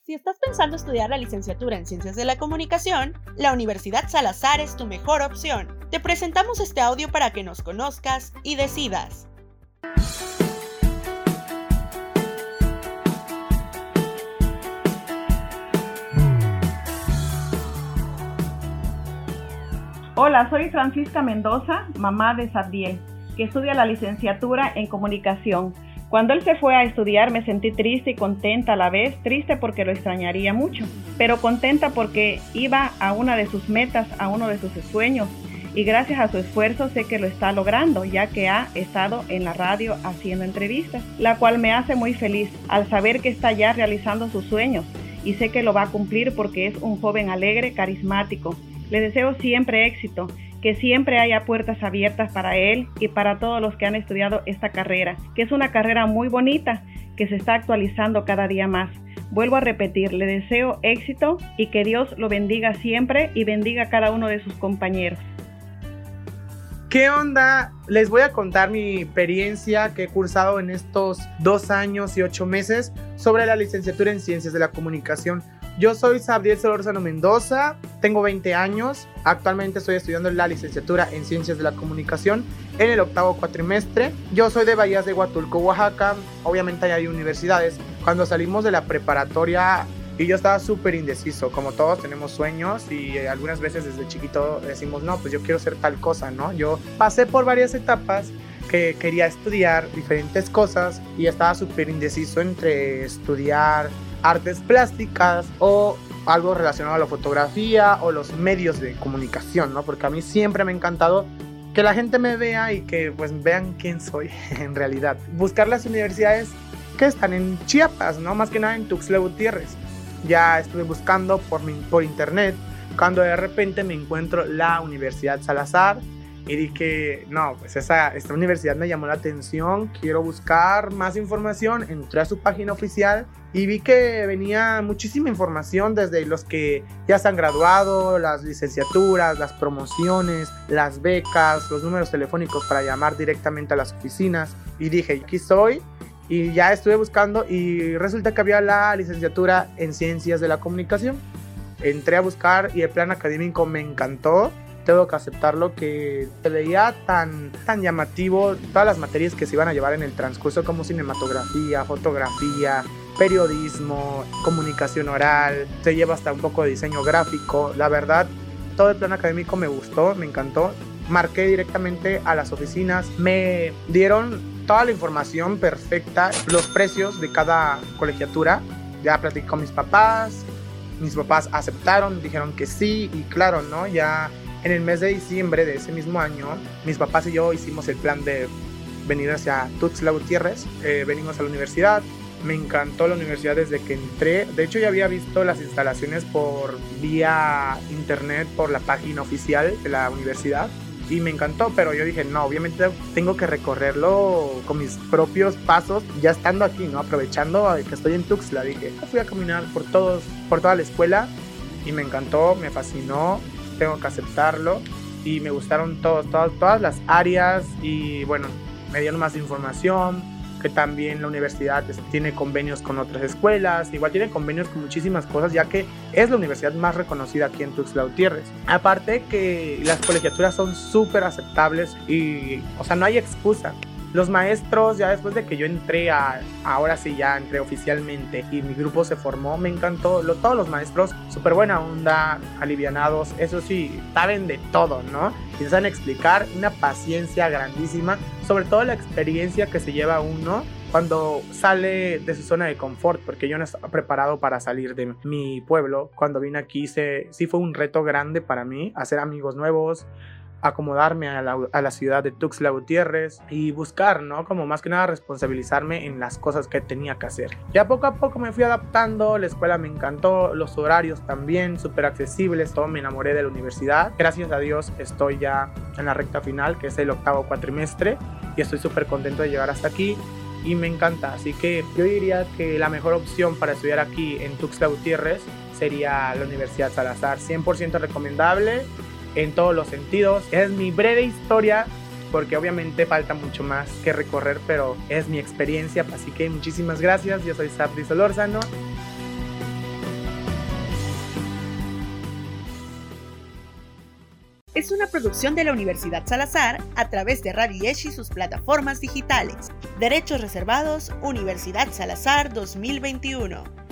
Si estás pensando estudiar la licenciatura en Ciencias de la Comunicación, la Universidad Salazar es tu mejor opción. Te presentamos este audio para que nos conozcas y decidas. Hola, soy Francisca Mendoza, mamá de Sabdiel, que estudia la licenciatura en Comunicación. Cuando él se fue a estudiar me sentí triste y contenta a la vez, triste porque lo extrañaría mucho, pero contenta porque iba a una de sus metas, a uno de sus sueños, y gracias a su esfuerzo sé que lo está logrando, ya que ha estado en la radio haciendo entrevistas, la cual me hace muy feliz al saber que está ya realizando sus sueños, y sé que lo va a cumplir porque es un joven alegre, carismático. Le deseo siempre éxito, que siempre haya puertas abiertas para él y para todos los que han estudiado esta carrera, que es una carrera muy bonita, que se está actualizando cada día más. Vuelvo a repetir, le deseo éxito y que Dios lo bendiga siempre y bendiga a cada uno de sus compañeros. ¿Qué onda? Les voy a contar mi experiencia que he cursado en estos 2 años y 8 meses sobre la licenciatura en Ciencias de la Comunicación. Yo soy Sabdiel Solórzano Mendoza, tengo 20 años, actualmente estoy estudiando la licenciatura en Ciencias de la Comunicación en el 8º cuatrimestre. Yo soy de Bahías de Huatulco, Oaxaca, obviamente hay universidades. Cuando salimos de la preparatoria y yo estaba súper indeciso, como todos tenemos sueños y algunas veces desde chiquito decimos, no, pues yo quiero ser tal cosa, ¿no? Yo pasé por varias etapas que quería estudiar diferentes cosas y estaba súper indeciso entre estudiar artes plásticas o algo relacionado a la fotografía o los medios de comunicación, ¿no? Porque a mí siempre me ha encantado que la gente me vea y que pues vean quién soy en realidad. Buscar las universidades que están en Chiapas, ¿no? Más que nada en Tuxtla Gutiérrez. Ya estuve buscando por internet cuando de repente me encuentro la Universidad Salazar y dije, no, pues esta universidad me llamó la atención, quiero buscar más información. Entré a su página oficial y vi que venía muchísima información desde los que ya se han graduado, las licenciaturas, las promociones, las becas, los números telefónicos para llamar directamente a las oficinas. Y dije, aquí soy. Y ya estuve buscando y resulta que había la licenciatura en Ciencias de la Comunicación. Entré a buscar y el plan académico me encantó. Tengo que aceptarlo, que se veía tan llamativo todas las materias que se iban a llevar en el transcurso, como cinematografía, fotografía, periodismo, comunicación oral, se lleva hasta un poco de diseño gráfico. La verdad, todo el plan académico me gustó, me encantó. Marqué directamente a las oficinas, me dieron toda la información perfecta, los precios de cada colegiatura. Ya platiqué con mis papás aceptaron, dijeron que sí, y claro, ¿no? Ya en el mes de diciembre de ese mismo año, mis papás y yo hicimos el plan de venir hacia Tuxtla Gutiérrez. Venimos a la universidad. Me encantó la universidad desde que entré. De hecho, ya había visto las instalaciones por vía internet, por la página oficial de la universidad. Y me encantó, pero yo dije, no, obviamente tengo que recorrerlo con mis propios pasos, ya estando aquí, ¿no? Aprovechando que estoy en Tuxtla. Dije, fui a caminar por toda la escuela y me encantó, me fascinó. Tengo que aceptarlo y me gustaron todas las áreas y bueno, me dieron más información, que también la universidad tiene convenios con otras escuelas, igual tiene convenios con muchísimas cosas, ya que es la universidad más reconocida aquí en Tuxtla Gutiérrez. Aparte que las colegiaturas son súper aceptables y, o sea, no hay excusa. Los maestros, ya después de que yo entré ahora sí ya entré oficialmente y mi grupo se formó, me encantó. Todos los maestros, súper buena onda, alivianados, eso sí, saben de todo, ¿no? Y se saben explicar, una paciencia grandísima, sobre todo la experiencia que se lleva uno cuando sale de su zona de confort, porque yo no estaba preparado para salir de mi pueblo. Cuando vine aquí sí fue un reto grande para mí, hacer amigos nuevos, acomodarme a la ciudad de Tuxtla Gutiérrez y buscar, ¿no? Como más que nada responsabilizarme en las cosas que tenía que hacer. Ya poco a poco me fui adaptando, la escuela me encantó, los horarios también, súper accesibles, todo, me enamoré de la universidad. Gracias a Dios estoy ya en la recta final, que es el 8º cuatrimestre, y estoy súper contento de llegar hasta aquí y me encanta. Así que yo diría que la mejor opción para estudiar aquí en Tuxtla Gutiérrez sería la Universidad Salazar, 100% recomendable en todos los sentidos. Es mi breve historia porque obviamente falta mucho más que recorrer, pero es mi experiencia, así que muchísimas gracias. Yo soy Sabdiel Solórzano es una producción de la Universidad Salazar a través de Radiesh y sus plataformas digitales. Derechos reservados, Universidad Salazar 2021.